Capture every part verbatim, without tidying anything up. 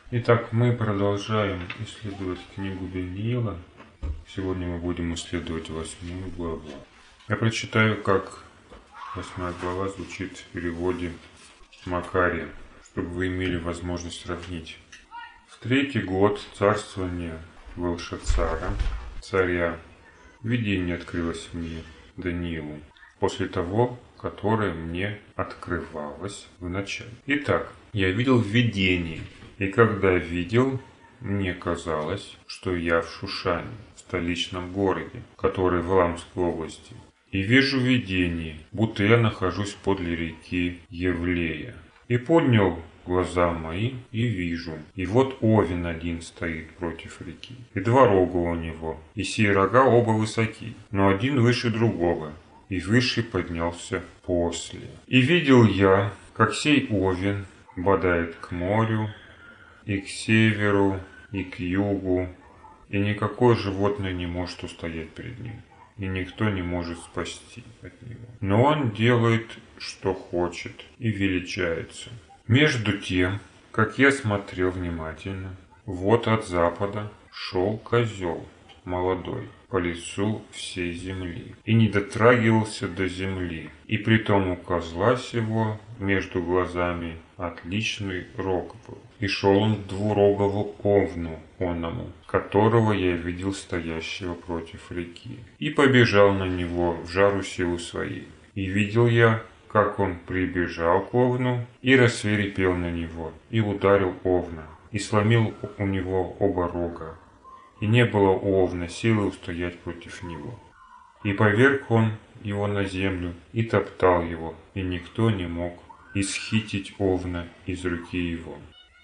Итак, мы продолжаем исследовать книгу Даниила. Сегодня мы будем исследовать восьмую главу. Я прочитаю, как восьмая глава звучит в переводе Макария, чтобы вы имели возможность сравнить. В третий год царствования Велшацара, царя, видение открылось мне, Даниилу, после того, которое мне открывалось в начале. Итак, я видел видение. И когда видел, мне казалось, что я в Шушане, в столичном городе, который в Эламской области. И вижу видение, будто я нахожусь подле реки Евлея. И поднял глаза мои и вижу. И вот овен один стоит против реки. И два рога у него. И сие рога оба высоки, но один выше другого. И выше поднялся после. И видел я, как сей овен бодает к морю, и к северу, и к югу, и никакое животное не может устоять перед ним, и никто не может спасти от него. Но он делает, что хочет, и величается. Между тем, как я смотрел внимательно, вот от запада шел козел молодой по лицу всей земли, и не дотрагивался до земли, и притом у козла сего между глазами отличный рог был. И шел он к двурогову овну оному, которого я видел стоящего против реки, и побежал на него в жару силы своей. И видел я, как он прибежал к овну, и рассвирепел на него, и ударил овна, и сломил у него оба рога, и не было у овна силы устоять против него. И поверг он его на землю, и топтал его, и никто не мог исхитить овна из руки его.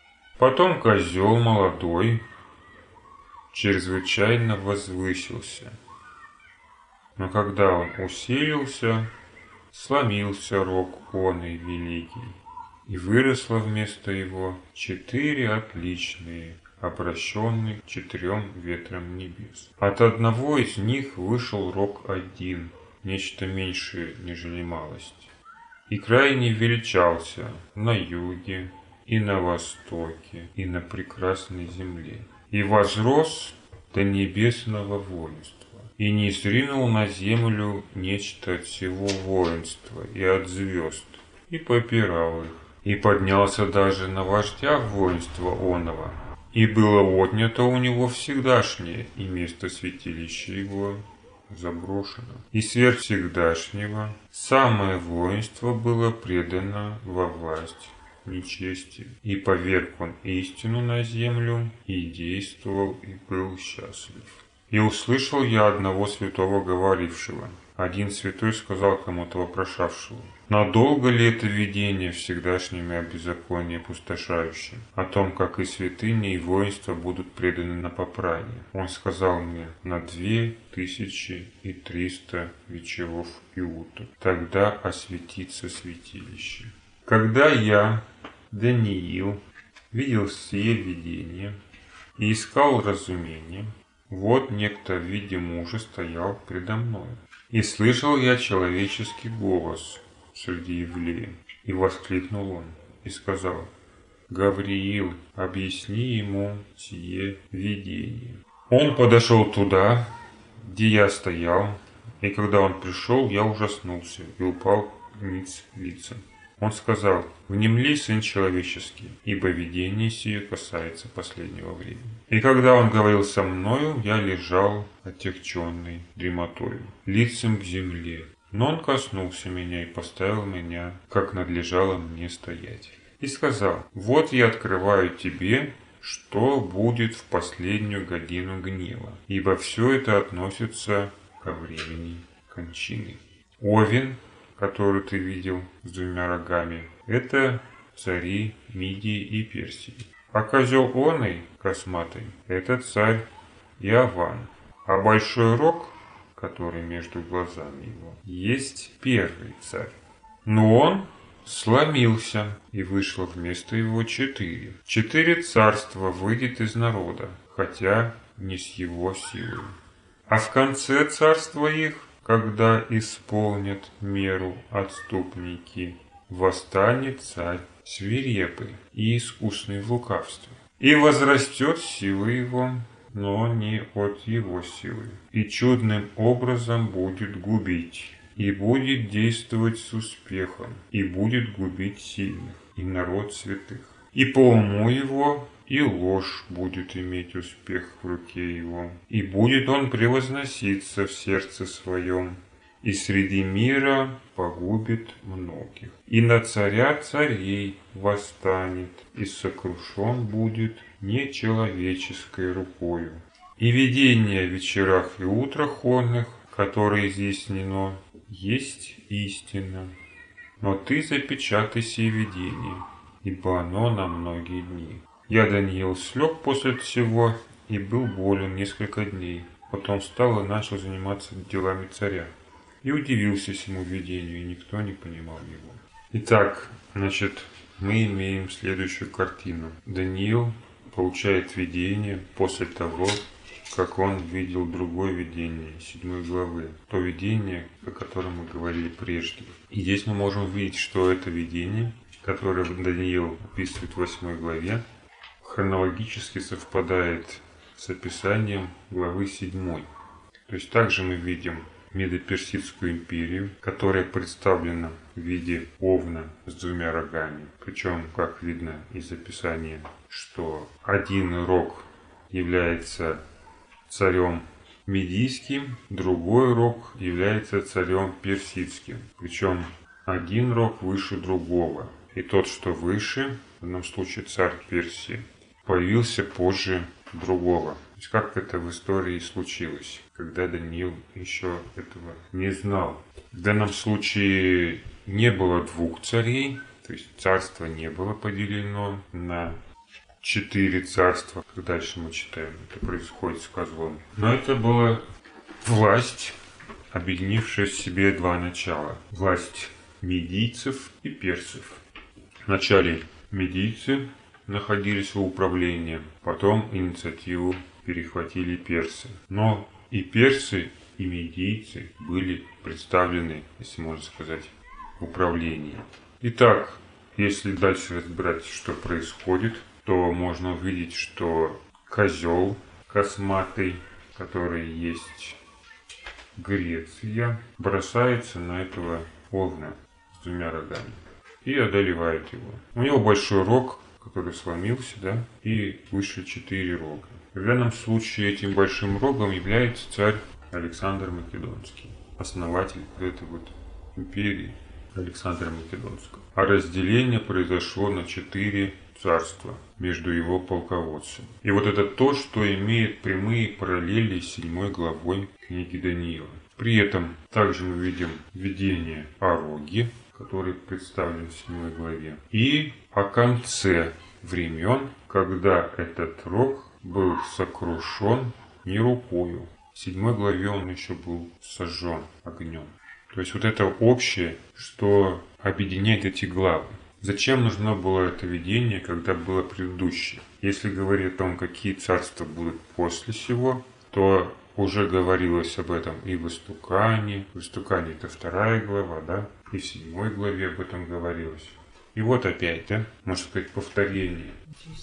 Потом козел молодой чрезвычайно возвысился, но когда он усилился, сломился рог оный великий, и выросло вместо его четыре отличные, обращенные к четырем ветрам небес. От одного из них вышел рог один, нечто меньшее, нежели малость, и крайне величался на юге, и на востоке, и на прекрасной земле, и возрос до небесного воинства, и не сринул на землю нечто от всего воинства и от звезд, и попирал их, и поднялся даже на вождя воинства оного, и было отнято у него всегдашнее, и место святилища его заброшено. И сверх всегдашнего самое воинство было предано во власть нечестию. И поверг он истину на землю, и действовал, и был счастлив. И услышал я одного святого говорившего. Один святой сказал кому-то вопрошавшему: надолго ли это видение всегдашними о беззаконии пустошающим, о том, как и святыни, и воинства будут преданы на попрание? Он сказал мне: на две тысячи и триста вечеров и утр. Тогда осветится святилище. Когда я, Даниил, видел сие видение и искал разумение, вот некто в виде мужа стоял предо мной. И слышал я человеческий голос среди Евлея, и воскликнул он, и сказал: Гавриил, объясни ему сие видение. Он подошел туда, где я стоял, и когда он пришел, я ужаснулся и упал ниц лицом. Он сказал: внемли, сын человеческий, ибо видение сие касается последнего времени. И когда он говорил со мною, я лежал отягченный дремотою, лицем к земле. Но он коснулся меня и поставил меня, как надлежало мне стоять. И сказал: вот я открываю тебе, что будет в последнюю годину гнева, ибо все это относится ко времени кончины. Овен, который ты видел с двумя рогами, это цари Мидии и Персии. А козел оный, косматый, это царь Иован. А большой рог, который между глазами его, есть первый царь. Но он сломился, и вышло вместо его четыре. Четыре царства выйдет из народа, хотя не с его силой. А в конце царства их, когда исполнят меру отступники, восстанет царь свирепый и искусный в лукавстве. И возрастет сила его, но не от его силы, и чудным образом будет губить, и будет действовать с успехом, и будет губить сильных, и народ святых. И по уму его, и ложь будет иметь успех в руке его, и будет он превозноситься в сердце своем, и среди мира погубит многих. И на царя царей восстанет, и сокрушен будет нечеловеческой рукою. И видение в вечерах и утрах онных, которое изъяснено, есть истина. Но ты запечатай сие видение, ибо оно на многие дни. Я, Даниил, слег после всего и был болен несколько дней. Потом встал и начал заниматься делами царя. И удивился всему видению, и никто не понимал его. Итак, значит, мы имеем следующую картину. Даниил получает видение после того, как он видел другое видение, седьмой главы. То видение, о котором мы говорили прежде. И здесь мы можем увидеть, что это видение, которое Даниил описывает в восьмой главе, хронологически совпадает с описанием главы седьмой. То есть также мы видим Медо-Персидскую империю, которая представлена в виде овна с двумя рогами. Причем, как видно из описания, что один рог является царем медийским, другой рог является царем персидским. Причем один рог выше другого. И тот, что выше, в данном случае царь Персии, появился позже другого. То есть как это в истории случилось, когда Даниил еще этого не знал. В данном случае не было двух царей, то есть царство не было поделено на четыре царства, как дальше мы читаем, это происходит с козлом. Но это была власть, объединившая в себе два начала. Власть медийцев и персов. Вначале медийцы находились в управлении, потом инициативу перехватили персы. Но и персы, и медийцы были представлены, если можно сказать, в управлении. Итак, если дальше разбирать, что происходит, то можно увидеть, что козел косматый, который есть Греция, бросается на этого овна с двумя рогами и одолевает его. У него большой рог, который сломился, да, и выше четыре рога. В данном случае этим большим рогом является царь Александр Македонский, основатель этой вот империи Александра Македонского. А разделение произошло на четыре царства между его полководцами. И вот это то, что имеет прямые параллели с седьмой главой книги Даниила. При этом также мы видим видение о роге, который представлен в седьмой главе, и о конце времен, когда этот рог был сокрушен не рукою. В седьмой главе он еще был сожжен огнем. То есть вот это общее, что объединяет эти главы. Зачем нужно было это видение, когда было предыдущее? Если говорить о том, какие царства будут после сего, то уже говорилось об этом и в Истукане. В Истукане это вторая глава, да? И в седьмой главе об этом говорилось. И вот опять, да, можно сказать, повторение.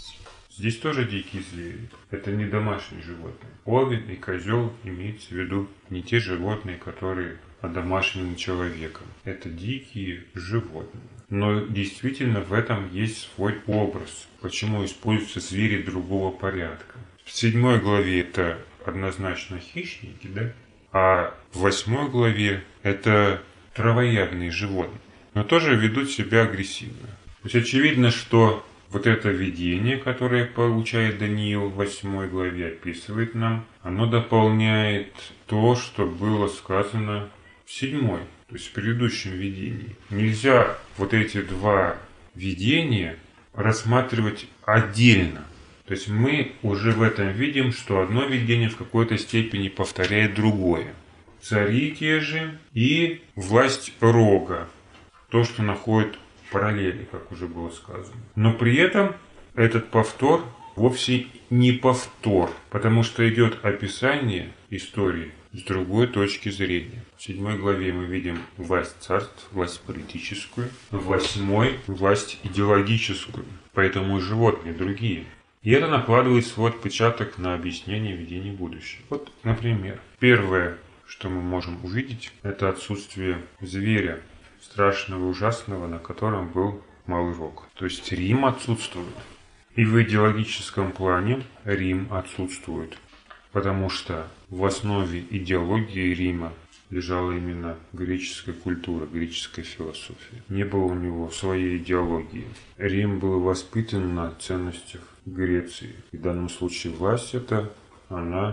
Здесь тоже дикие звери. Это не домашние животные. Овен и козел имеется в виду не те животные, которые одомашнены человеком. Это дикие животные. Но действительно в этом есть свой образ. Почему используются звери другого порядка. В седьмой главе это однозначно хищники, да? А в восьмой главе это травоядные животные. Но тоже ведут себя агрессивно. То есть очевидно, что вот это видение, которое получает Даниил в восьмой главе, описывает нам, оно дополняет то, что было сказано в седьмой, то есть в предыдущем видении. Нельзя вот эти два видения рассматривать отдельно. То есть мы уже в этом видим, что одно видение в какой-то степени повторяет другое. Цари те же и власть рога. То, что находит параллели, как уже было сказано. Но при этом этот повтор вовсе не повтор, потому что идет описание истории с другой точки зрения. В седьмой главе мы видим власть царств, власть политическую, в восьмой власть идеологическую, поэтому и животные другие. И это накладывает свой отпечаток на объяснение видения будущего. Вот, например, первое, что мы можем увидеть, это отсутствие зверя, страшного и ужасного, на котором был Малый Рог. То есть Рим отсутствует. И в идеологическом плане Рим отсутствует. Потому что в основе идеологии Рима лежала именно греческая культура, греческая философия. Не было у него своей идеологии. Рим был воспитан на ценностях Греции. И в данном случае власть эта, она,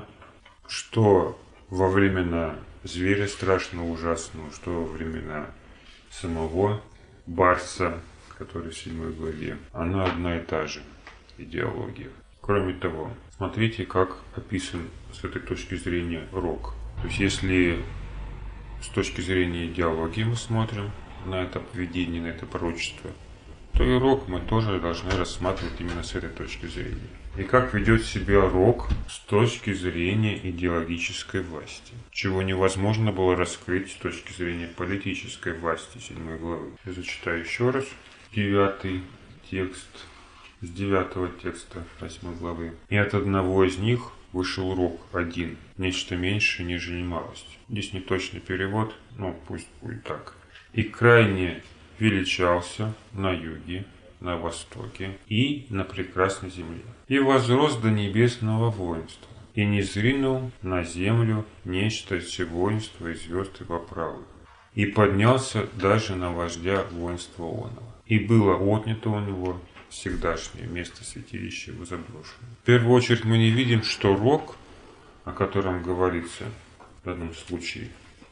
что во времена зверя страшного, ужасного, что во времена самого Барса, который в седьмой главе, она одна и та же идеология. Кроме того, смотрите, как описан с этой точки зрения Рог. То есть, если с точки зрения идеологии мы смотрим на это поведение, на это пророчество, то и Рог мы тоже должны рассматривать именно с этой точки зрения. И как ведет себя Рог с точки зрения идеологической власти, чего невозможно было раскрыть с точки зрения политической власти седьмой главы. Я зачитаю еще раз девятый текст, с девятого текста восьмой главы. «И от одного из них вышел Рог один, нечто меньшее, нежели малость». Здесь не точный перевод, но пусть будет так. «И крайне величался на юге, на востоке и на прекрасной земле. И возрос до небесного воинства, и не зринул на землю нечто все воинства и звезд и поправок. И поднялся даже на вождя воинства оного. И было отнято у него всегдашнее место святилища его заброшено». В первую очередь мы не видим, что Рог, о котором говорится в данном случае,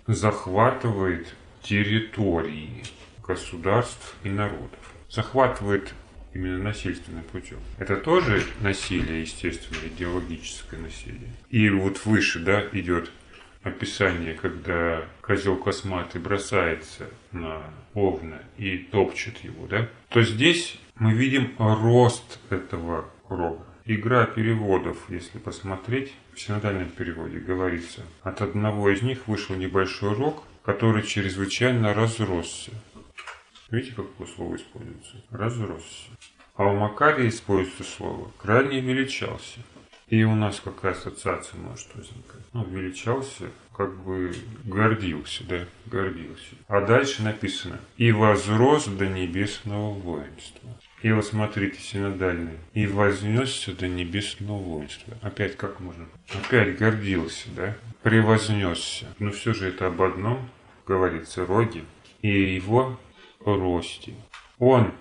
захватывает территории государств и народов. Захватывает именно насильственным путем. Это тоже насилие, естественно, идеологическое насилие. И вот выше, да, идет описание, когда козел косматый бросается на овна и топчет его, да, то здесь мы видим рост этого рога. Игра переводов, если посмотреть, в синодальном переводе говорится: от одного из них вышел небольшой рог, который чрезвычайно разросся. Видите, какое слово используется? Разросся. А у Макария используется слово крайне величался. И у нас какая ассоциация может возникать? Ну, величался, как бы гордился, да, гордился. А дальше написано: и возрос до небесного воинства. И вот смотрите, синодальный. И вознесся до небесного воинства. Опять как можно? Опять гордился, да? Превознесся. Но все же это об одном говорится: роге и его росте. Он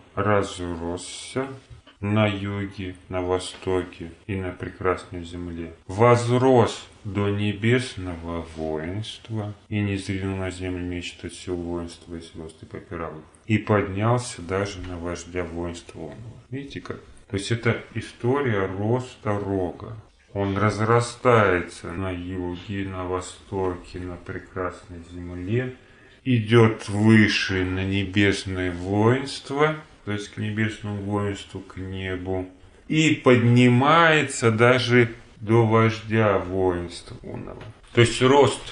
разросся на юге, на востоке и на прекрасной земле. Возрос до небесного воинства и не зринул на землю нечто от сил воинства и звезд и попирал их. И поднялся даже на вождя воинства оного. Видите как? То есть это история роста рога. Он разрастается на юге, на востоке, на прекрасной земле, идет выше на небесное воинство, то есть к небесному воинству, к небу, и поднимается даже до вождя воинства оного. То есть рост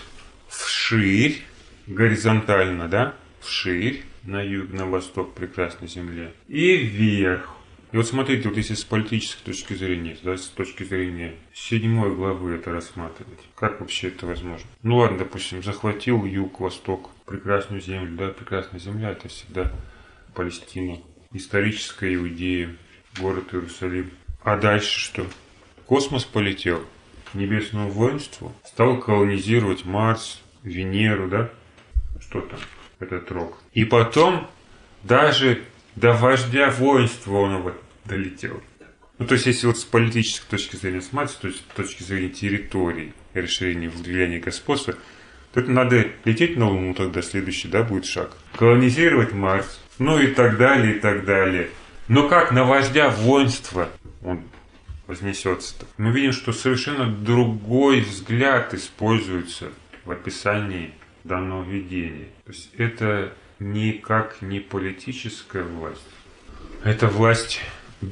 вширь, горизонтально, да, вширь, на юг, на восток прекрасной земле, и вверх. И вот смотрите, вот если с политической точки зрения, да, с точки зрения седьмой главы это рассматривать, как вообще это возможно? Ну ладно, допустим, захватил юг, восток, прекрасную землю, да, прекрасная земля, это всегда Палестина, историческая Иудея, город Иерусалим. А дальше что? Космос полетел к небесному воинству, стал колонизировать Марс, Венеру, да, что там, этот рог. И потом даже до вождя воинства он вот долетел. Ну, то есть, если вот с политической точки зрения смотреть, то есть с точки зрения территории и расширения влияния господства, то это надо лететь на Луну, тогда следующий, да, будет шаг. Колонизировать Марс, ну и так далее, и так далее. Но как на вождя воинства он вознесется-то? Мы видим, что совершенно другой взгляд используется в описании данного видения. То есть, это никак не политическая власть. Это власть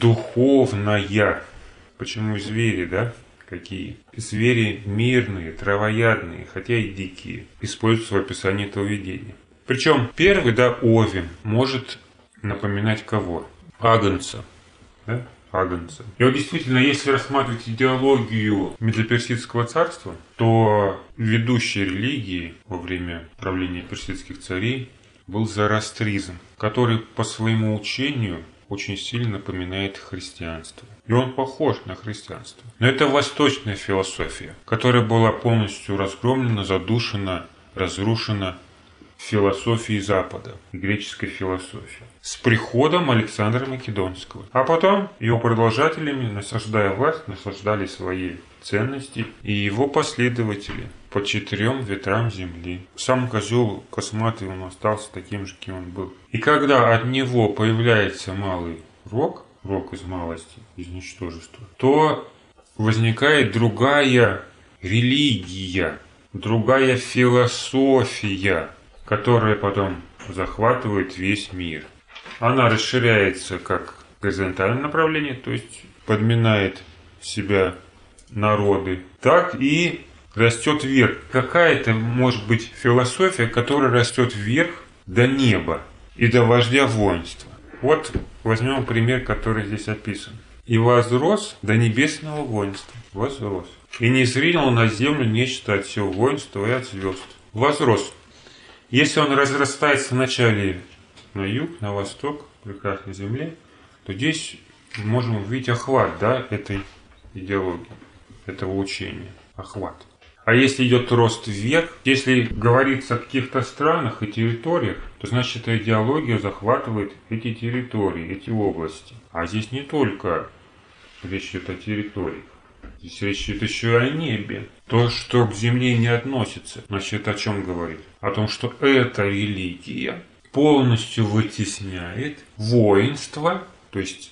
духовная. Почему звери, да? Какие? Звери мирные, травоядные, хотя и дикие, используются в описании этого видения. Причем первый, да, овен, может напоминать кого? Агнца. Да? агнца. И вот действительно, если рассматривать идеологию Медоперсидского царства, то ведущей религией во время правления персидских царей был зороастризм, который по своему учению очень сильно напоминает христианство. И он похож на христианство. Но это восточная философия, которая была полностью разгромлена, задушена, разрушена философией Запада, греческой философии, с приходом Александра Македонского. А потом его продолжателями, наслаждая власть, наслаждали свои ценности и его последователи по четырем ветрам земли. Сам козел косматый, он остался таким же, каким он был. И когда от него появляется малый рог, рог из малости, из ничтожества, то возникает другая религия, другая философия, которая потом захватывает весь мир. Она расширяется как горизонтальное направление, то есть подминает в себя народы, так и растет вверх. Какая-то может быть философия, которая растет вверх до неба и до вождя воинства. Вот возьмем пример, который здесь описан. «И возрос до небесного воинства». Возрос. «И не зринул на землю нечто от всего воинства и от звезд». Возрос. Если он разрастается вначале на юг, на восток, в прекрасной земле, то здесь мы можем увидеть охват, да, этой идеологии, этого учения. Охват. А если идет рост вверх, если говорится о каких-то странах и территориях, то значит эта идеология захватывает эти территории, эти области. А здесь не только речь идет о территориях. Здесь речь идет еще и о небе. То, что к земле не относится, значит, о чем говорит? О том, что эта религия полностью вытесняет воинство, то есть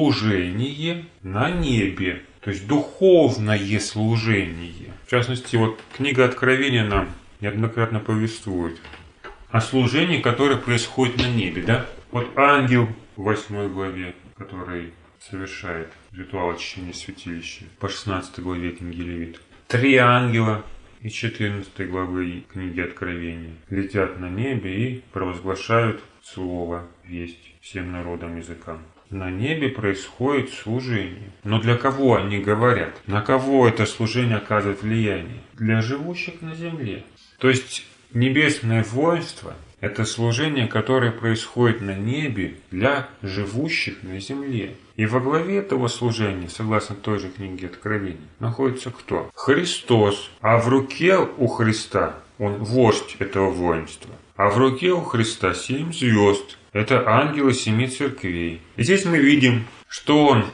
служение на небе, то есть духовное служение. В частности, вот книга Откровения нам неоднократно повествует о служении, которое происходит на небе. Да? Вот ангел в восьмой главе, который совершает ритуал очищения святилища, по шестнадцатой главе книги Левит. Три ангела из четырнадцатой главы книги Откровения летят на небе и провозглашают слово, весть всем народам, языкам. На небе происходит служение. Но для кого они говорят? На кого это служение оказывает влияние? Для живущих на земле. То есть небесное воинство – это служение, которое происходит на небе для живущих на земле. И во главе этого служения, согласно той же книге Откровения, находится кто? Христос. А в руке у Христа, он вождь этого воинства, а в руке у Христа семь звезд. Это ангелы семи церквей. И здесь мы видим, что он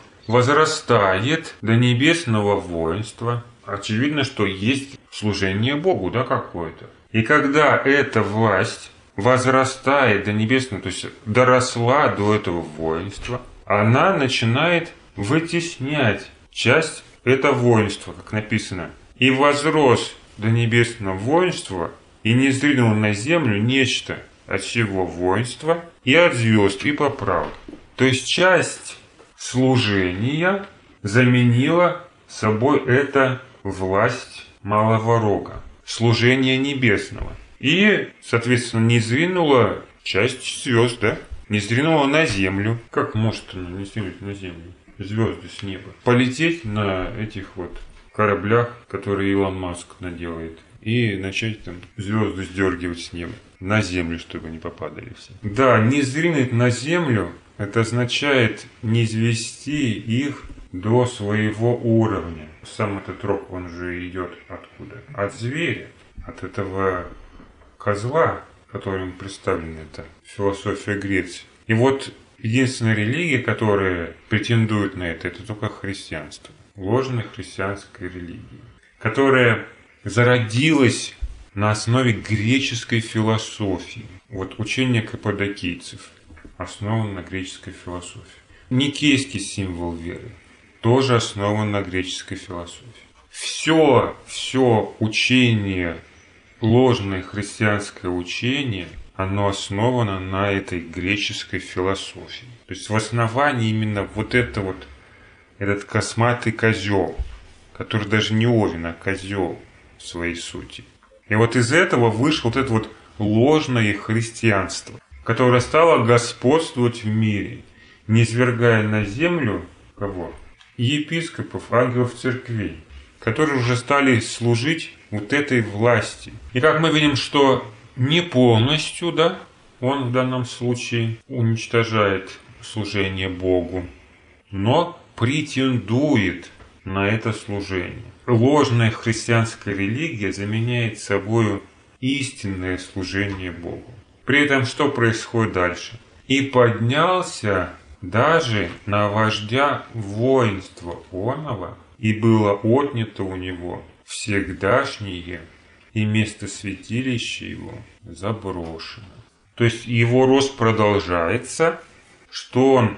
возрастает до небесного воинства. Очевидно, что есть служение Богу, да, какое-то. И когда эта власть возрастает до небесного, то есть доросла до этого воинства, она начинает вытеснять часть этого воинства, как написано. «И возрос до небесного воинства, и не зринул на землю нечто от всего воинства, и от звезд, и по праву». То есть часть служения заменила собой эта власть малого рога, служение небесного. И, соответственно, не зринула часть звезд, да? Не зринула на землю. Как может она не зринуть на землю? Звезды с неба. Полететь на этих вот кораблях, которые Илон Маск наделает, и начать там звезды сдергивать с неба на землю, чтобы не попадали все. Да, не зринуть на землю, это означает не извести их до своего уровня. Сам этот рог, он же идет откуда? От зверя, от этого козла, которым представлена эта философия Греции. И вот единственная религия, которая претендует на это, это только христианство. Ложная христианская религия, которая зародилась на основе греческой философии. Вот учение каппадокийцев основано на греческой философии. Никейский символ веры тоже основан на греческой философии. Все, все учение, ложное христианское учение, оно основано на этой греческой философии. То есть в основании именно вот это вот, этот косматый козел, который даже не овен, а козел в своей сути. И вот из этого вышло вот это вот ложное христианство, которое стало господствовать в мире, низвергая на землю кого? Епископов, ангелов церквей, которые уже стали служить вот этой власти. И как мы видим, что не полностью, да, он в данном случае уничтожает служение Богу, но претендует на это служение. Ложная христианская религия заменяет собою истинное служение Богу. При этом что происходит дальше? «И поднялся даже на вождя воинства оного, и было отнято у него всегдашнее, и место святилища его заброшено». То есть его рост продолжается, что он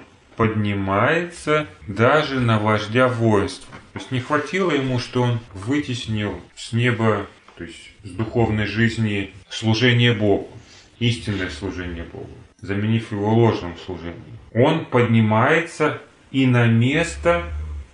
поднимается даже на вождя воинства. То есть не хватило ему, что он вытеснил с неба, то есть с духовной жизни, служение Богу, истинное служение Богу, заменив его ложным служением. Он поднимается и на место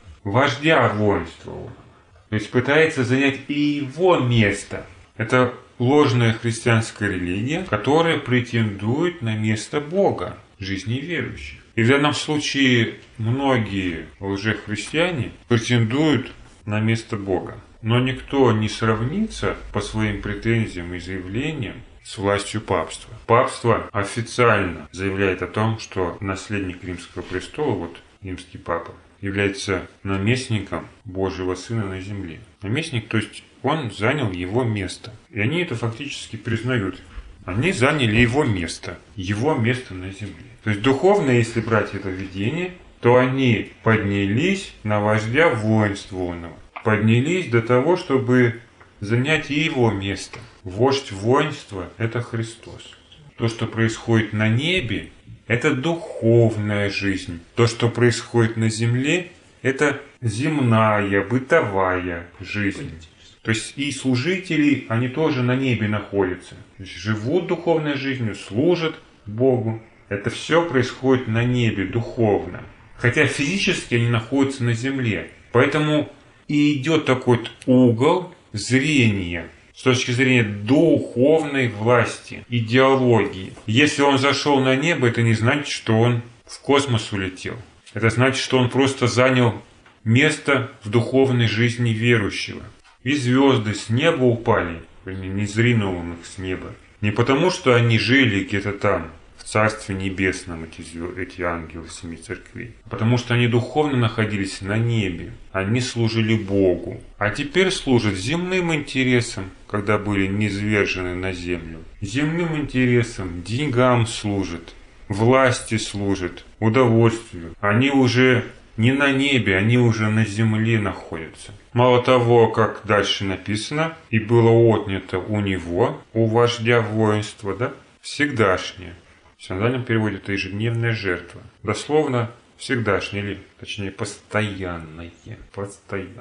вождя воинства. То есть пытается занять и его место. Это ложная христианская религия, которая претендует на место Бога, жизни верующих. И в данном случае многие лжехристиане претендуют на место Бога. Но никто не сравнится по своим претензиям и заявлениям с властью папства. Папство официально заявляет о том, что наследник римского престола, вот римский папа, является наместником Божьего Сына на земле. Наместник, то есть он занял его место. И они это фактически признают. Они заняли его место, его место на земле. То есть духовно, если брать это видение, то они поднялись на вождя воинства оного. Поднялись до того, чтобы занять и его место. Вождь воинства – это Христос. То, что происходит на небе, это духовная жизнь. То, что происходит на земле, это земная, бытовая жизнь. То есть и служители, они тоже на небе находятся. То есть живут духовной жизнью, служат Богу. Это все происходит на небе, духовно. Хотя физически они находятся на земле. Поэтому и идет такой угол зрения с точки зрения духовной власти, идеологии. Если он зашел на небо, это не значит, что он в космос улетел. Это значит, что он просто занял место в духовной жизни верующего. И звезды с неба упали, не зринул он их с неба. Не потому, что они жили где-то там, в Царстве Небесном, эти, эти ангелы семи церквей. А потому что они духовно находились на небе. Они служили Богу. А теперь служат земным интересам, когда были низвержены на землю. Земным интересам, деньгам служат, власти служат, удовольствию. Они уже не на небе, они уже на земле находятся. Мало того, как дальше написано, и было отнято у него, у вождя воинства, да, всегдашнее. В синодальном переводе это ежедневная жертва. Дословно всегдашнее, или точнее постоянное. Постоянное.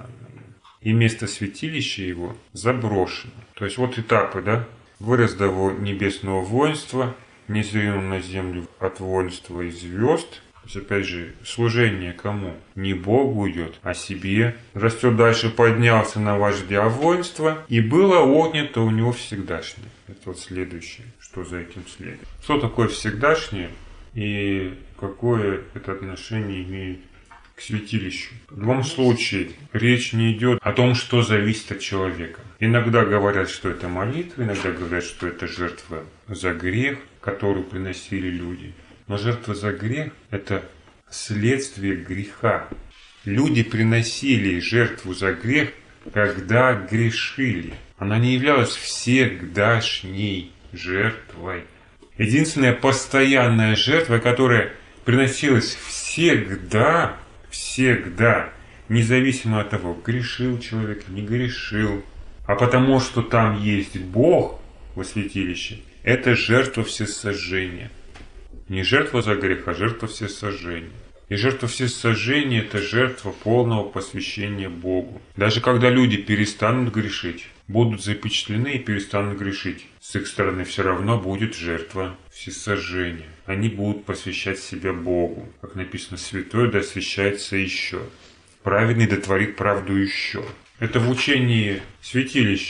И место святилища его заброшено. То есть вот этапы, да? Вырос до небесного воинства, не зринул на землю от воинства и звезд. То есть опять же, служение кому? Не Богу идет, а себе. Растет дальше, поднялся на вождя воинства, и было отнято у него всегдашнее. Это вот следующее, что за этим следует. Что такое всегдашнее и какое это отношение имеет к святилищу? В любом случае, речь не идет о том, что зависит от человека. Иногда говорят, что это молитва, иногда говорят, что это жертва за грех, которую приносили люди. Но жертва за грех – это следствие греха. Люди приносили жертву за грех, когда грешили. Она не являлась всегдашней жертвой. Единственная постоянная жертва, которая приносилась всегда, всегда, независимо от того, грешил человек, не грешил, а потому что там есть Бог во святилище, это жертва всесожжения. Не жертва за грех, а жертва всесожжения. И жертва всесожжения – это жертва полного посвящения Богу. Даже когда люди перестанут грешить, будут запечатлены и перестанут грешить, с их стороны все равно будет жертва всесожжения. Они будут посвящать себя Богу. Как написано, святой да освящается еще. Праведный дотворит правду еще. Это в учении святилища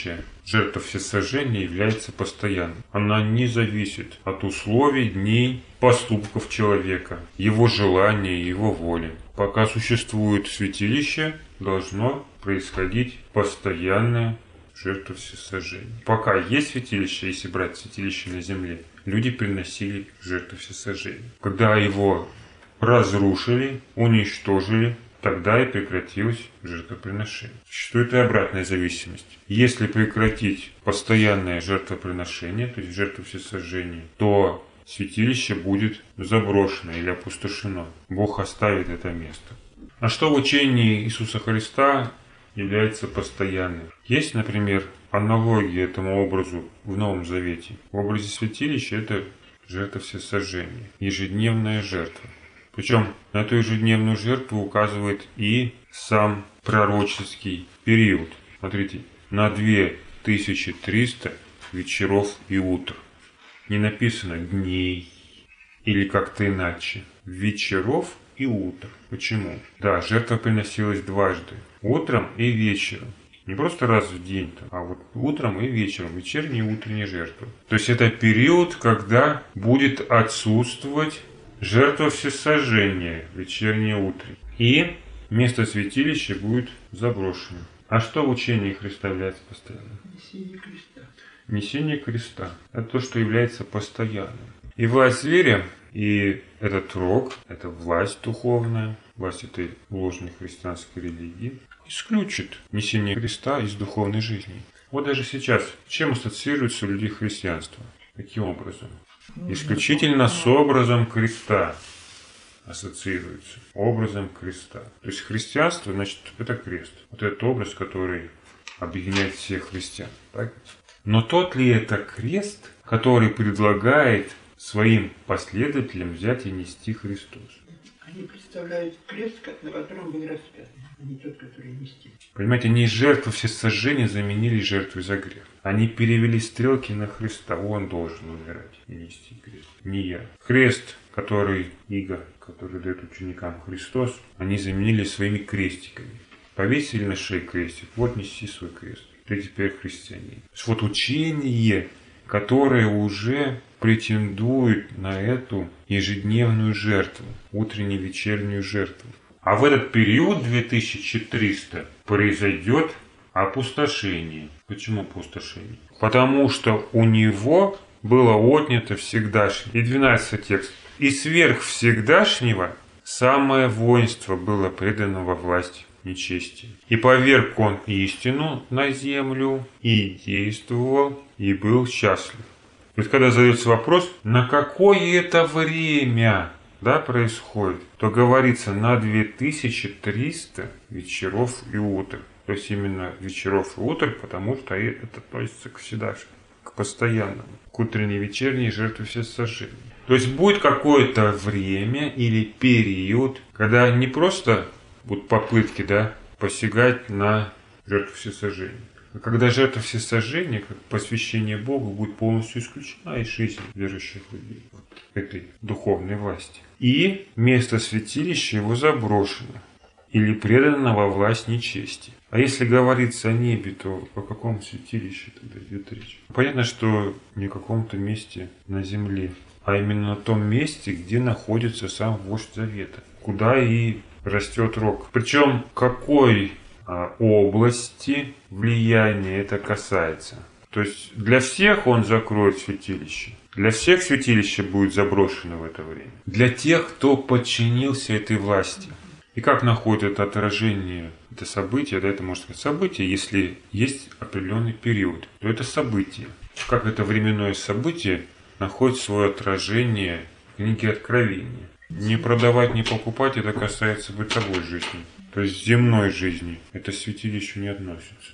жертва всесожжения является постоянной. Она не зависит от условий, дней, поступков человека, его желания, его воли. Пока существует святилище, должно происходить постоянное жертва всесожжения. Пока есть святилище, если брать святилище на земле, люди приносили жертву всесожжения. Когда его разрушили, уничтожили, тогда и прекратилось жертвоприношение. Существует и обратная зависимость. Если прекратить постоянное жертвоприношение, то есть жертву всесожжения, то святилище будет заброшено или опустошено. Бог оставит это место. А что в учении Иисуса Христа является постоянным? Есть, например, аналогия этому образу в Новом Завете. В образе святилища это жертва всесожжения, ежедневная жертва. Причем на эту ежедневную жертву указывает и сам пророческий период. Смотрите, на две тысячи триста вечеров и утр. Не написано дней или как-то иначе. Вечеров и утр. Почему? Да, жертва приносилась дважды. Утром и вечером. Не просто раз в день, а вот утром и вечером. Вечерняя и утренняя жертва. То есть это период, когда будет отсутствовать жертва всесожжения, вечернее утреннее. И место святилища будет заброшено. А что в учении Христа является постоянным? Несение креста. Несение креста. Это то, что является постоянным. И власть зверя, и этот рог, это власть духовная, власть этой ложной христианской религии, исключит несение креста из духовной жизни. Вот даже сейчас, чем ассоциируется у людей христианство? Каким образом? Исключительно с образом креста ассоциируется. Образом креста. То есть христианство, значит, это крест. Вот этот образ, который объединяет всех христиан. Так? Но тот ли это крест, который предлагает своим последователям взять и нести Христос? Они представляют крест, на котором были распяты, а не тот, который нести. Понимаете, они жертву всесожжения заменили жертвой за грех. Они перевели стрелки на Христа. Он должен умирать и нести крест. Не я. Крест, который Иго, который дает ученикам Христос, они заменили своими крестиками. Повесили на шею крестик, вот неси свой крест. Ты теперь христианин. То есть вот учение, которое уже претендует на эту ежедневную жертву, утреннюю, вечернюю жертву. А в этот период две тысячи триста произойдет опустошение. Почему опустошение? Потому что у него было отнято всегдашнее. И двенадцатый текст. И сверх всегдашнего самое воинство было предано во власть нечестия. И поверг он истину на землю, и действовал, и был счастлив. То есть, когда задается вопрос, на какое это время, да, происходит, то говорится на две тысячи триста вечеров и утр. То есть именно вечеров и утр, потому что это относится к всегдашнему, к постоянному, к утренней, вечерней жертве всесожжения. То есть будет какое-то время или период, когда не просто будут попытки, да, посягать на жертву всесожжения. А когда жертва всесожжения, как посвящение Богу, будет полностью исключена из жизни верующих людей, вот, этой духовной власти. И место святилища его заброшено или предано во власть нечести. А если говорится о небе, то о каком святилище тогда идет речь? Понятно, что не в каком-то месте на земле, а именно на том месте, где находится сам вождь Завета, куда и растет рог. Причем какой а, области влияния это касается? То есть для всех он закроет святилище. Для всех святилище будет заброшено в это время. Для тех, кто подчинился этой власти. И как находит это отражение, это событие, да, это можно сказать событие, если есть определенный период, то это событие. Как это временное событие находит свое отражение в книге Откровения. Не продавать, не покупать, это касается бытовой жизни. То есть земной жизни. Это святилищу не относится.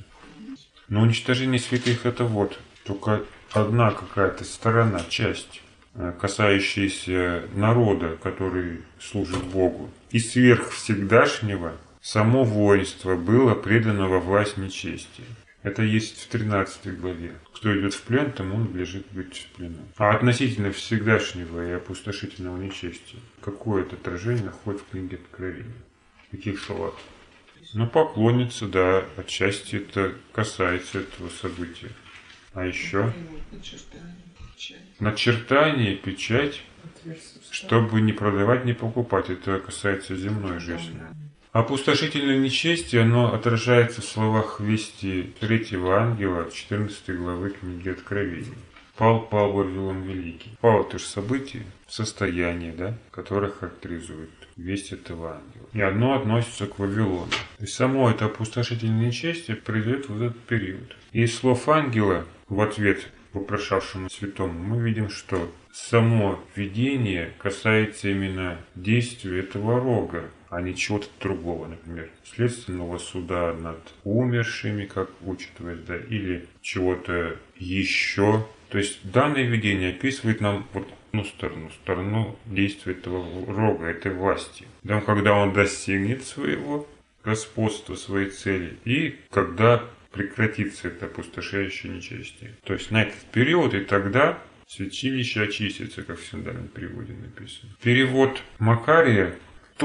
Но уничтожение святых это вот только одна какая-то сторона, часть, касающаяся народа, который служит Богу. И сверх всегдашнего само воинство было предано во власть нечестия. Это есть в тринадцатой главе. Кто идет в плен, тому он надлежит быть в плену. А относительно всегдашнего и опустошительного нечестия, какое это отражение находит в книге Откровения? В каких словах? Ну, поклониться, да, отчасти это касается этого события. А еще? Начертание, печать. Начертание, печать, Отверстие. чтобы не продавать, не покупать. Это касается земной жизни. Опустошительное нечестие, оно отражается в словах вести третьего ангела четырнадцатой главы книги Откровения. Пал, пал Вавилон Великий. Пал — это же событие, состояние, да, которое характеризует весть этого ангела. И одно относится к Вавилону. И само это опустошительное нечестие произойдет в этот период. И из слов ангела в ответ вопрошавшему святому мы видим, что само видение касается именно действия этого рога, а не чего-то другого, например, следственного суда над умершими, как учит ВСД, или чего-то еще. То есть данное видение описывает нам вот одну сторону, сторону действия этого рога, этой власти. Да, когда он достигнет своего господства, своей цели, и когда прекратится это опустошающее нечестие. То есть на этот период, и тогда святилище очистится, как в синодальном переводе написано. Перевод Макария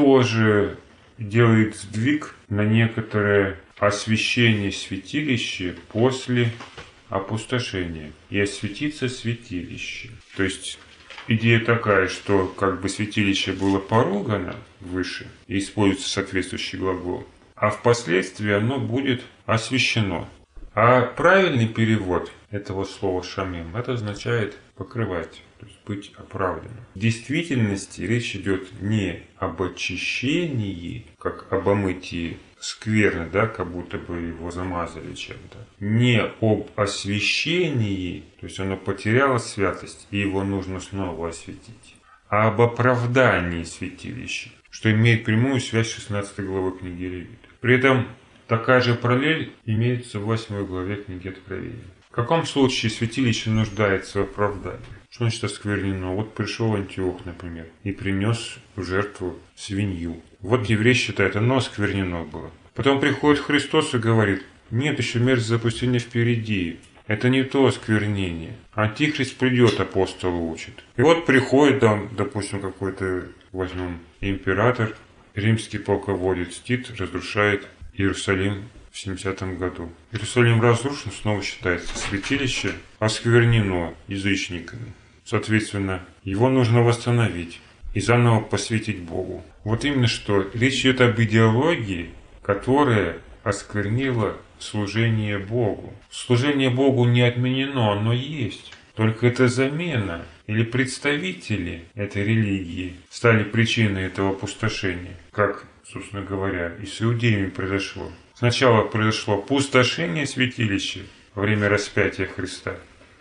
тоже делает сдвиг на некоторое освящение святилища после опустошения. И осветится святилище. То есть идея такая, что как бы святилище было поругано выше, и используется соответствующий глагол, а впоследствии оно будет освящено. А правильный перевод этого слова «шамим» это означает покрывать, то есть быть оправданным. В действительности речь идет не об очищении, как об омытии скверны, да, как будто бы его замазали чем-то, не об освящении, то есть оно потеряло святость и его нужно снова осветить, а об оправдании святилища, что имеет прямую связь с шестнадцатой главой книги Левит. При этом такая же параллель имеется в восьмой главе книги Откровения. В каком случае святилище нуждается в оправдании? Что значит осквернено? Вот пришел Антиох, например, и принес в жертву свинью. Вот еврей считает, оно осквернено было. Потом приходит Христос и говорит, нет, еще мерзость запустения впереди. Это не то осквернение. Антихрист придет, апостол учит. И вот приходит там, допустим, какой-то, возьмем, император, римский полководец Тит разрушает Иерусалим в семидесятом году. Иерусалим разрушен, снова считается святилище осквернено язычниками. Соответственно, его нужно восстановить и заново посвятить Богу. Вот именно что речь идет об идеологии, которая осквернила служение Богу. Служение Богу не отменено, оно есть. Только это замена или представители этой религии стали причиной этого опустошения, как, собственно говоря, и с иудеями произошло. Сначала произошло опустошение святилища во время распятия Христа,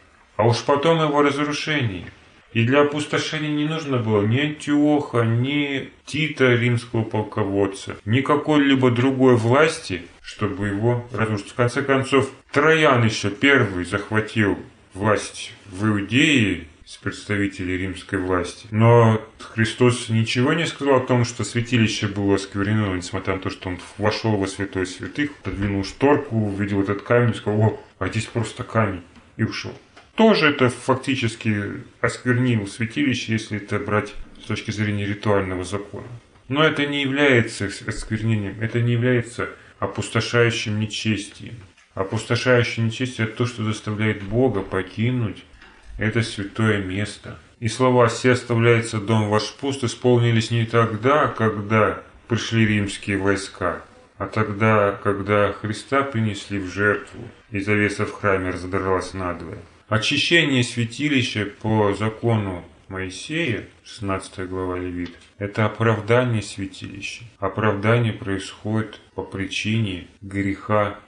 а уж потом его разрушение. И для опустошения не нужно было ни Антиоха, ни Тита, римского полководца, ни какой-либо другой власти, чтобы его разрушить. В конце концов, Троян еще первый захватил власть в Иудее с представителей римской власти. Но Христос ничего не сказал о том, что святилище было осквернено, несмотря на то, что он вошел во святое святых, подвинул шторку, увидел этот камень, сказал, о, а здесь просто камень, и ушел. Тоже это фактически осквернило святилище, если это брать с точки зрения ритуального закона. Но это не является осквернением, это не является опустошающим нечестием. Опустошающее нечестие – это то, что заставляет Бога покинуть это святое место. И слова «се оставляется дом ваш пуст» исполнились не тогда, когда пришли римские войска, а тогда, когда Христа принесли в жертву, и завеса в храме разодралась надвое. Очищение святилища по закону Моисея, шестнадцатая глава Левит, это оправдание святилища. Оправдание происходит по причине греха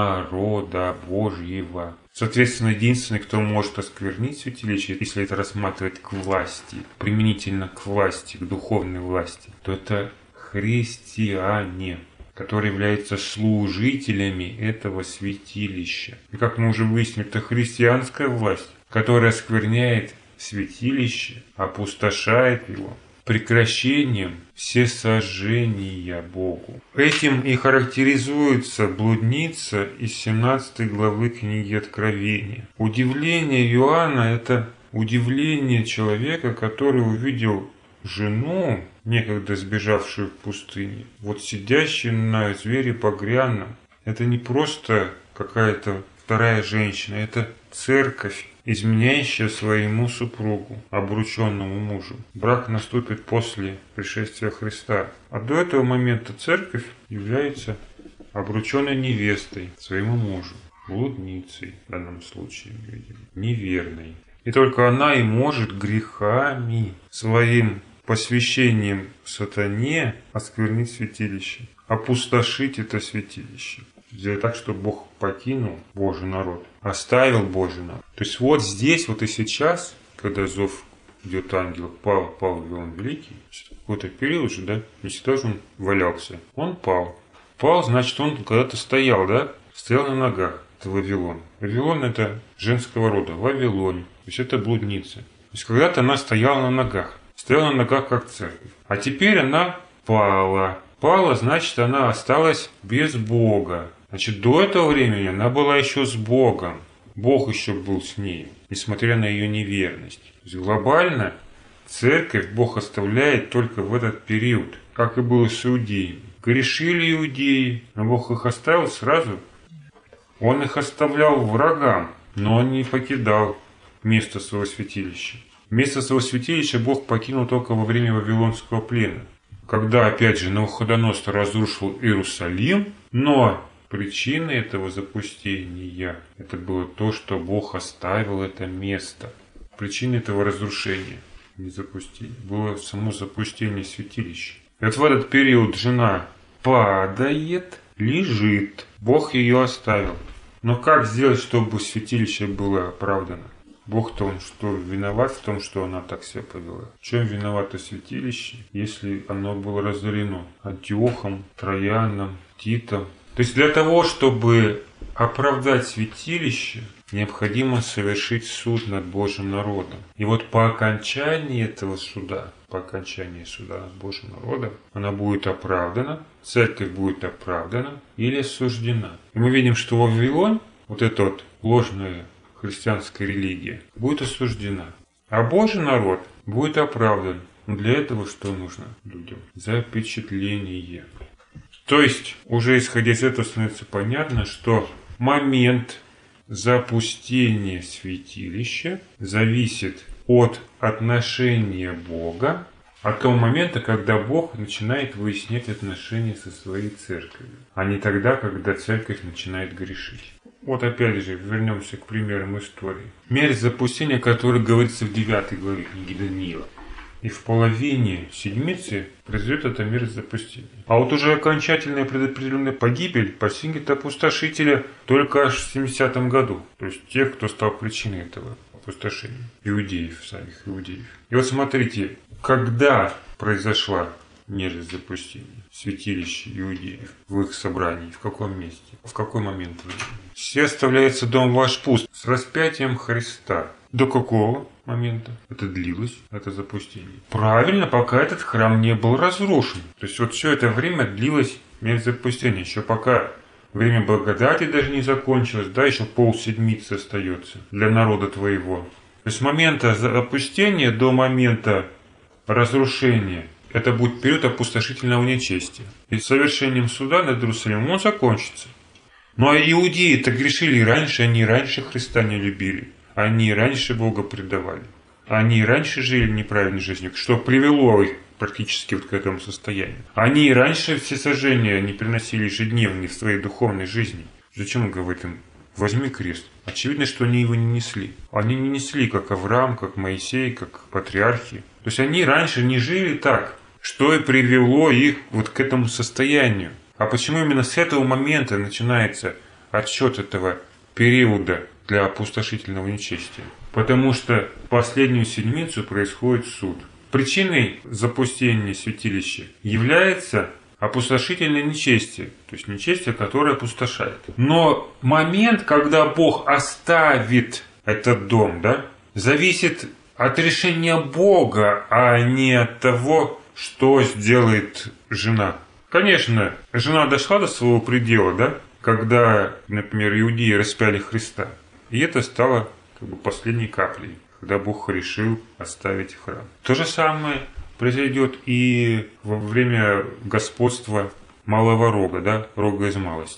народа Божьего. Соответственно, единственный, кто может осквернить святилище, если это рассматривать к власти, применительно к власти, к духовной власти, то это христиане, которые являются служителями этого святилища. И как мы уже выяснили, это христианская власть, которая оскверняет святилище, опустошает его прекращением всесожжения Богу. Этим и характеризуется блудница из семнадцатой главы книги Откровения. Удивление Иоанна – это удивление человека, который увидел жену, некогда сбежавшую в пустыне, вот сидящую на звере багряном. Это не просто какая-то вторая женщина. Это церковь, изменяющая своему супругу, обрученному мужу. Брак наступит после пришествия Христа. А до этого момента церковь является обрученной невестой своему мужу, блудницей в данном случае, видимо, неверной. И только она и может грехами, своим посвящением сатане осквернить святилище, опустошить это святилище. Сделать так, чтобы Бог покинул Божий народ, оставил Божий народ. То есть вот здесь, вот и сейчас, когда зов идет ангел, пал, пал Вавилон Великий, какой-то период же, да, не всегда же он валялся, он пал. Пал, значит, он когда-то стоял, да, стоял на ногах. Это Вавилон. Вавилон это женского рода, Вавилон, то есть это блудница. То есть когда-то она стояла на ногах, стояла на ногах как церковь. А теперь она пала. Пала, значит, она осталась без Бога. Значит, до этого времени она была еще с Богом. Бог еще был с ней, несмотря на ее неверность. То есть глобально церковь Бог оставляет только в этот период, как и было с иудеями. Грешили иудеи, но Бог их оставил сразу. Он их оставлял врагам, но он не покидал место своего святилища. Место своего святилища Бог покинул только во время Вавилонского плена, когда, опять же, Навуходоносор разрушил Иерусалим, но причиной этого запустения это было то, что Бог оставил это место. Причиной этого разрушения, не запустения, было само запустение святилища. И вот в этот период жена падает, лежит. Бог ее оставил. Но как сделать, чтобы святилище было оправдано? Бог-то он что, виноват в том, что она так себя повела? В чем виновато святилище, если оно было разорено Антиохом, Трояном, Титом? То есть для того, чтобы оправдать святилище, необходимо совершить суд над Божьим народом. И вот по окончании этого суда, по окончании суда над Божьим народом, она будет оправдана, церковь будет оправдана или осуждена. И мы видим, что Вавилон, вот эта вот ложная христианская религия, будет осуждена. А Божий народ будет оправдан. Но для этого что нужно людям? Запечатление. То есть, уже исходя из этого становится понятно, что момент запустения святилища зависит от отношения Бога, от того момента, когда Бог начинает выяснять отношения со своей церковью, а не тогда, когда церковь начинает грешить. Вот опять же, вернемся к примерам истории. Мерзость запустения, о которой говорится в девятой главе книги Даниила. И в половине седмицы произойдет это мерзость запустения. А вот уже окончательная предопределенная погибель постигнет опустошителя только аж в семидесятом году. То есть тех, кто стал причиной этого опустошения. Иудеев, самих иудеев. И вот смотрите, когда произошла мерзость запустения святилища иудеев в их собрании, в каком месте, в какой момент времени? Все оставляется дом ваш пуст с распятием Христа. До какого момента это длилось, это запустение? Правильно, пока этот храм не был разрушен. То есть вот все это время длилось мерзость запустения. Еще пока время благодати даже не закончилось, да, еще полседмицы остается для народа твоего. То есть с момента запустения до момента разрушения это будет период опустошительного нечестия. И совершением суда над Иерусалимом он закончится. Ну а иудеи-то грешили и раньше, они и раньше Христа не любили. Они и раньше Бога предавали. Они и раньше жили неправильной жизнью, что привело их практически вот к этому состоянию. Они и раньше все сожжения не приносили ежедневно в своей духовной жизни. Зачем он говорит им: возьми крест? Очевидно, что они его не несли. Они не несли, как Авраам, как Моисей, как патриархи. То есть они раньше не жили так, что и привело их вот к этому состоянию. А почему именно с этого момента начинается отсчет этого периода для опустошительного нечестия? Потому что в последнюю седмицу происходит суд. Причиной запустения святилища является опустошительное нечестие, то есть нечестие, которое опустошает. Но момент, когда Бог оставит этот дом, да, зависит от решения Бога, а не от того, что сделает жена. Конечно, жена дошла до своего предела, да, когда, например, иудеи распяли Христа. И это стало как бы последней каплей, когда Бог решил оставить храм. То же самое произойдет и во время господства малого рога, да, рога из малости.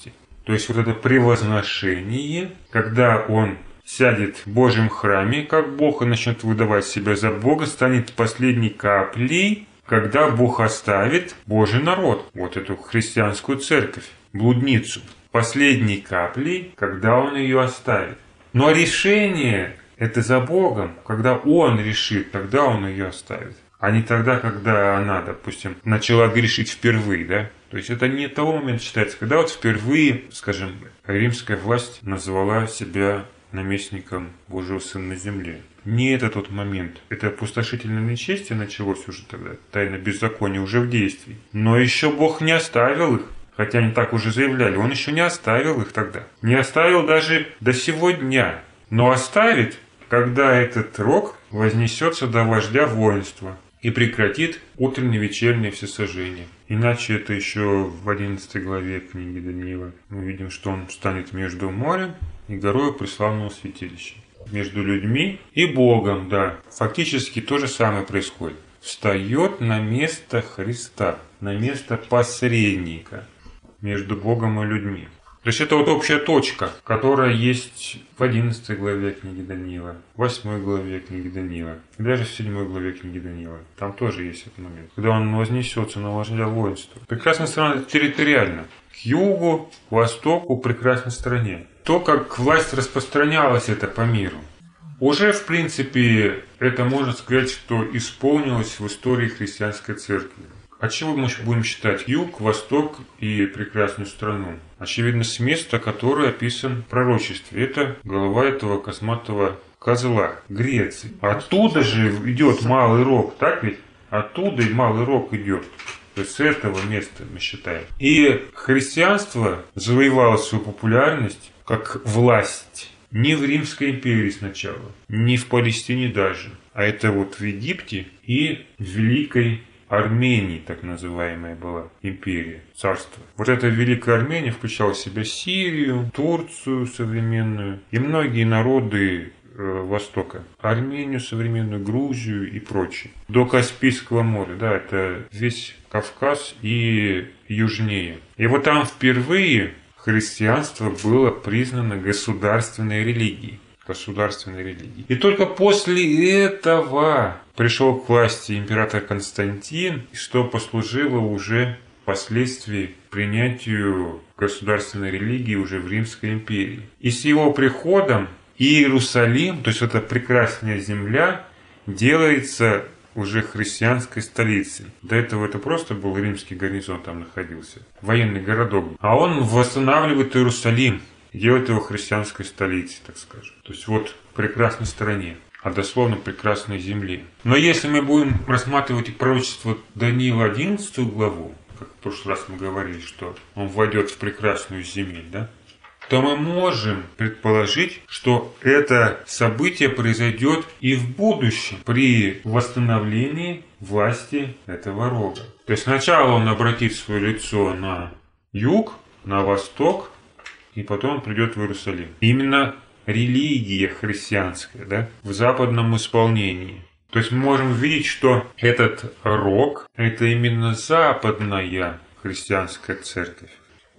То есть вот это превозношение, когда он сядет в Божьем храме, как Бог, и начнет выдавать себя за Бога, станет последней каплей, когда Бог оставит Божий народ, вот эту христианскую церковь, блудницу. Последней каплей, когда он ее оставит. Но решение это за Богом, когда он решит, тогда он ее оставит. А не тогда, когда она, допустим, начала грешить впервые, да? То есть это не того момента считается, когда вот впервые, скажем, римская власть назвала себя наместником Божьего Сына на земле. Не это тот момент. Это опустошительное нечестие началось уже тогда. Тайна беззакония уже в действии. Но еще Бог не оставил их. Хотя они так уже заявляли. Он еще не оставил их тогда. Не оставил даже до сего дня. Но оставит, когда этот рог вознесется до вождя воинства и прекратит утреннее вечернее всесожжение. Иначе это еще в одиннадцатой главе книги Даниила. Мы видим, что он станет между морем и горою преславного святилища. Между людьми и Богом, да. Фактически то же самое происходит. Встает на место Христа, на место посредника между Богом и людьми. То есть это вот общая точка, которая есть в одиннадцатой главе книги Даниила, в восьмой главе книги Даниила, и даже в седьмой главе книги Даниила. Там тоже есть этот момент, когда он вознесется на вождя воинства. Прекрасная страна территориально. К югу, к востоку, прекрасной стране. То, как власть распространялась это по миру. Уже, в принципе, это можно сказать, что исполнилось в истории христианской церкви. От чего мы будем считать юг, восток и прекрасную страну? Очевидно, с места, которое описано в пророчестве. Это голова этого косматого козла, Греции. Оттуда же идет Малый Рог, так ведь? Оттуда и Малый Рог идет. То есть с этого места мы считаем. И христианство завоевало свою популярность как власть. Не в Римской империи сначала, не в Палестине даже, а это вот в Египте и в Великой Армении, так называемая была империя, царство. Вот эта Великая Армения включала в себя Сирию, Турцию современную и многие народы э, Востока. Армению современную, Грузию и прочее. До Каспийского моря, да, это весь Кавказ и южнее. И вот там впервые христианство было признано государственной религией. Государственной религией. И только после этого пришел к власти император Константин, что послужило уже впоследствии принятию государственной религии уже в Римской империи. И с его приходом Иерусалим, то есть эта прекрасная земля, делается уже христианской столицей. До этого это просто был римский гарнизон, там находился, военный городок. А он восстанавливает Иерусалим, делает его христианской столицей, так скажем. То есть вот в прекрасной стране, а дословно прекрасной земле. Но если мы будем рассматривать пророчество Даниила одиннадцатую главу, как в прошлый раз мы говорили, что он войдет в прекрасную землю, да, то мы можем предположить, что это событие произойдет и в будущем при восстановлении власти этого рога. То есть сначала он обратит свое лицо на юг, на восток, и потом он придет в Иерусалим. Именно религия христианская, да, в западном исполнении. То есть мы можем видеть, что этот рог – это именно западная христианская церковь.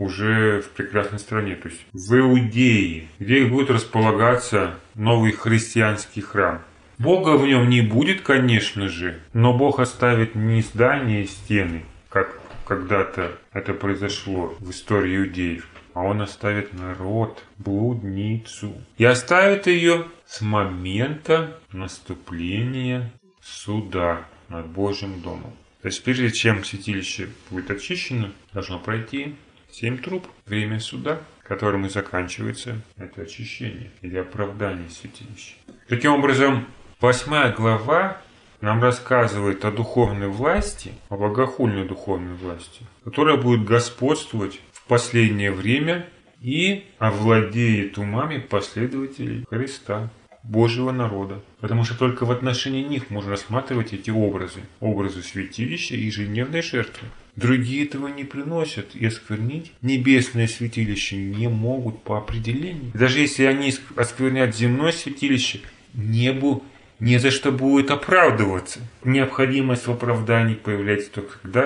Уже в прекрасной стране, то есть в Иудее, где будет располагаться новый христианский храм. Бога в нем не будет, конечно же, но Бог оставит не здания и стены, как когда-то это произошло в истории иудеев, а Он оставит народ, блудницу. И оставит ее с момента наступления суда над Божьим домом. То есть прежде чем святилище будет очищено, должно пройти семь труб. Время суда, которым и заканчивается это очищение или оправдание святилища. Таким образом, восьмая глава нам рассказывает о духовной власти, о богохульной духовной власти, которая будет господствовать в последнее время и овладеет умами последователей Христа, Божьего народа. Потому что только в отношении них можно рассматривать эти образы. Образы святилища и ежедневной жертвы. Другие этого не приносят, и осквернить небесное святилище не могут по определению. Даже если они осквернят земное святилище, небу не за что будет оправдываться. Необходимость в оправдании появляется только тогда,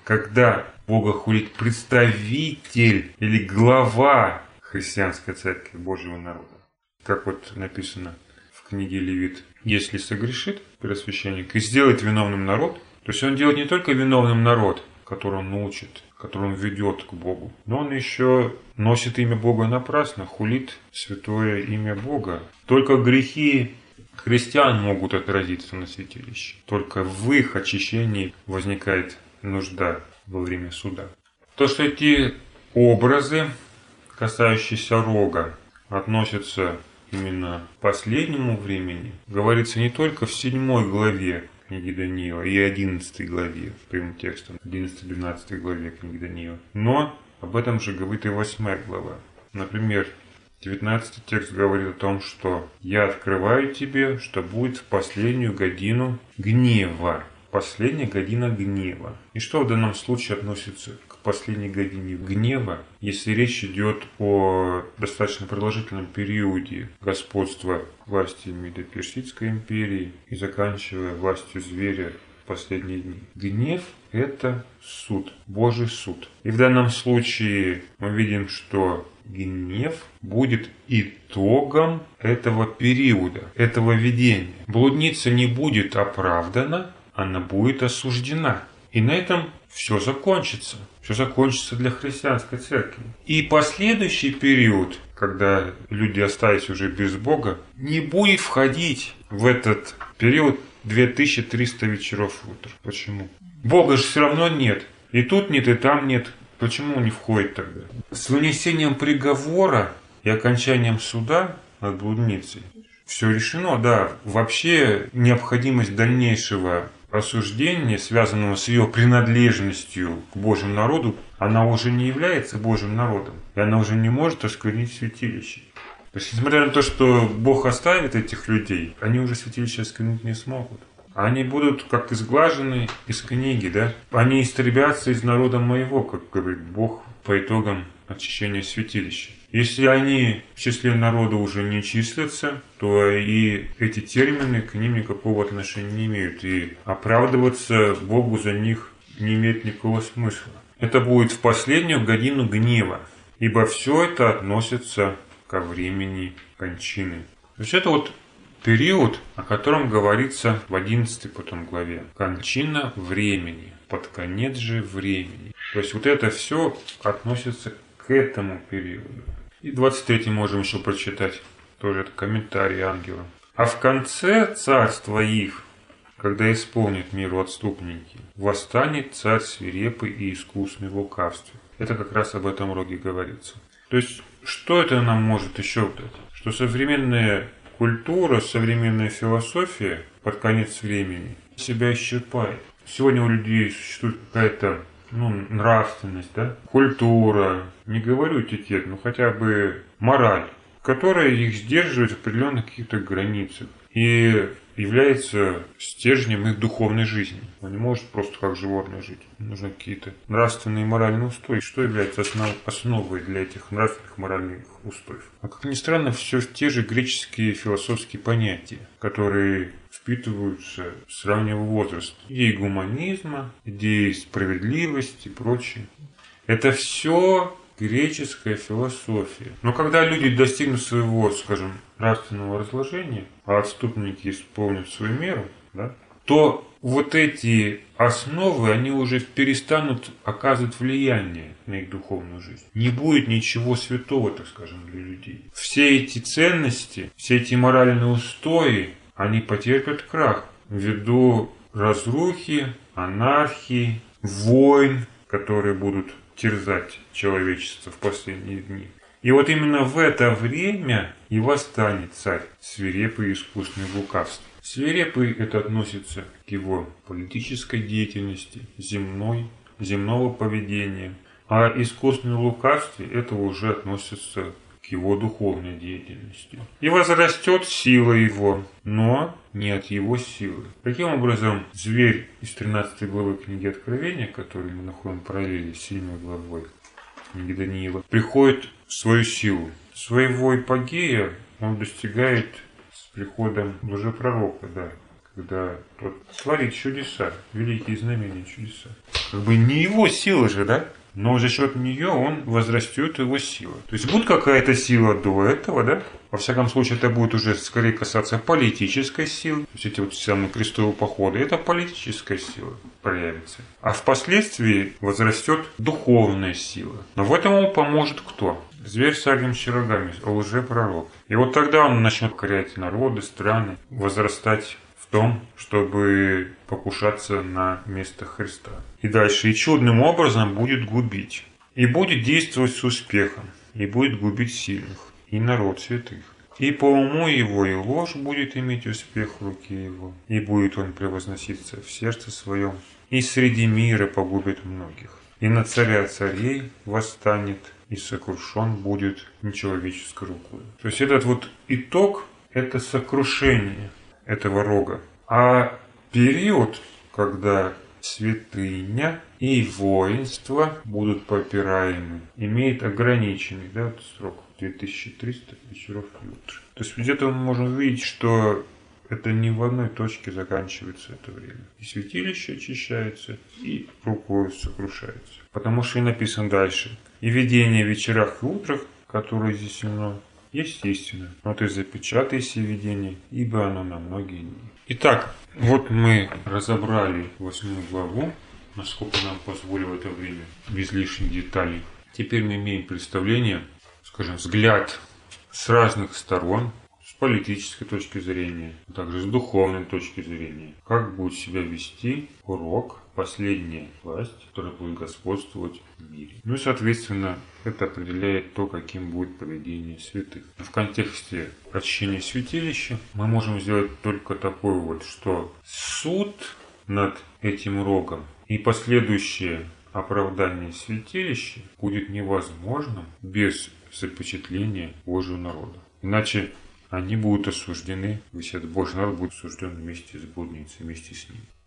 когда Бога хулит представитель или глава христианской церкви Божьего народа. Как вот написано в книге Левит: если согрешит первосвященник и сделает виновным народ, то есть он делает не только виновным народ, который он научит, который он ведет к Богу, но он еще носит имя Бога напрасно, хулит святое имя Бога. Только грехи христиан могут отразиться на святилище. Только в их очищении возникает нужда во время суда. То, что эти образы, касающиеся рога, относятся именно к последнему времени, говорится не только в седьмой главе книги Даниила и одиннадцатой главе, прямым текстом, одиннадцатой-двенадцатой главе книги Даниила, но об этом же говорит и восьмая глава. Например, девятнадцатый текст говорит о том, что «Я открываю тебе, что будет в последнюю годину гнева». Последняя година гнева. И что в данном случае относится к последней године гнева, если речь идет о достаточно продолжительном периоде господства власти Медо-Персидской империи и заканчивая властью зверя в последние дни? Гнев – это суд, Божий суд. И в данном случае мы видим, что гнев будет итогом этого периода, этого видения. Блудница не будет оправдана, она будет осуждена. И на этом все закончится. Все закончится для христианской церкви. И последующий период, когда люди остались уже без Бога, не будет входить в этот период две тысячи триста вечеров и утр. Почему? Бога же все равно нет. И тут нет, и там нет. Почему он не входит тогда? С вынесением приговора и окончанием суда над блудницей все решено, да. Вообще необходимость дальнейшего осуждения, связанного с ее принадлежностью к Божьему народу, она уже не является Божьим народом. И она уже не может осквернить святилище. То есть, несмотря на то, что Бог оставит этих людей, они уже святилище осквернить не смогут. Они будут как изглажены из книги, да? Они истребятся из народа моего, как говорит Бог по итогам очищения святилища. Если они в числе народа уже не числятся, то и эти термины к ним никакого отношения не имеют. И оправдываться Богу за них не имеет никакого смысла. Это будет в последнюю годину гнева, ибо все это относится ко времени кончины. То есть это вот период, о котором говорится в одиннадцатой потом главе. Кончина времени, под конец же времени. То есть вот это все относится к этому периоду. И двадцать третий можем еще прочитать. Тоже это комментарий ангела. А в конце царства их, когда исполнит миру отступники, восстанет царь свирепый и искусный в лукавстве. Это как раз об этом роге говорится. То есть, что это нам может еще дать? Что современная культура, современная философия под конец времени себя исчерпает. Сегодня у людей существует какая-то ну, нравственность, да? Культура, не говорю этикет, но хотя бы мораль, которая их сдерживает в определенных каких-то границах и является стержнем их духовной жизни. Он не может просто как животное жить. Нужны какие-то нравственные и моральные устои. Что является основ, основой для этих нравственных и моральных устоев? А как ни странно, все те же греческие философские понятия, которые впитываются с раннего возраста. Идеи гуманизма, идеи справедливости и прочее. Это все греческая философия. Но когда люди достигнут своего, скажем, нравственного разложения, а отступники исполнят свою меру, да, то вот эти основы, они уже перестанут оказывать влияние на их духовную жизнь. Не будет ничего святого, так скажем, для людей. Все эти ценности, все эти моральные устои, они потерпят крах ввиду разрухи, анархии, войн, которые будут терзать человечество в последние дни. И вот именно в это время и восстанет царь, свирепый и искусный в лукавстве. Свирепый это относится к его политической деятельности, земной, земного поведения. А искусный в лукавстве это уже относится к его духовной деятельности. И возрастет сила его, но не от его силы. Таким образом, зверь из тринадцатой главы книги Откровения, которую мы находим в параллели с седьмой главой книги Даниила, приходит в свою силу. Своего эпогея он достигает с приходом лжепророка, да, как когда тот творит чудеса, великие знамения чудеса. Как бы не его сила же, да? Но за счет нее он возрастет его сила. То есть будет какая-то сила до этого, да? Во всяком случае, это будет уже скорее касаться политической силы. То есть эти вот самые крестовые походы, это политическая сила проявится. А впоследствии возрастет духовная сила. Но в этом ему поможет кто? Зверь с огненными рогами, лжепророк. И вот тогда он начнет покорять народы, страны, возрастать в том, чтобы покушаться на место Христа. И дальше. И чудным образом будет губить. И будет действовать с успехом. И будет губить сильных. И народ святых. И по уму его и ложь будет иметь успех в руке его. И будет он превозноситься в сердце своем. И среди мира погубит многих. И на царя царей восстанет. И сокрушен будет нечеловеческой рукой. То есть этот вот итог, это сокрушение этого рога. А период, когда святыня и воинство будут попираемы, имеет ограниченный, да, вот срок две тысячи триста вечеров и утр. То есть где-то мы можем видеть, что это не в одной точке заканчивается это время. И святилище очищается, и рукой сокрушается. Потому что и написано дальше. И видение в вечерах и утрах, которое здесь именно, есть истина. Но ты запечатай сие видение, ибо оно на многие дни. Итак, вот мы разобрали восьмую главу, насколько нам позволило это время, без лишних деталей. Теперь мы имеем представление, скажем, взгляд с разных сторон, с политической точки зрения, а также с духовной точки зрения. Как будет себя вести урок, последняя власть, которая будет господствовать в мире. Ну и, соответственно, это определяет то, каким будет поведение святых. В контексте очищения святилища мы можем сделать только такой вот, что суд над этим рогом и последующее оправдание святилища будет невозможным без запечатления Божьего народа. Иначе они будут осуждены, весь этот Божий народ будет осужден вместе с блудницей, вместе с ним.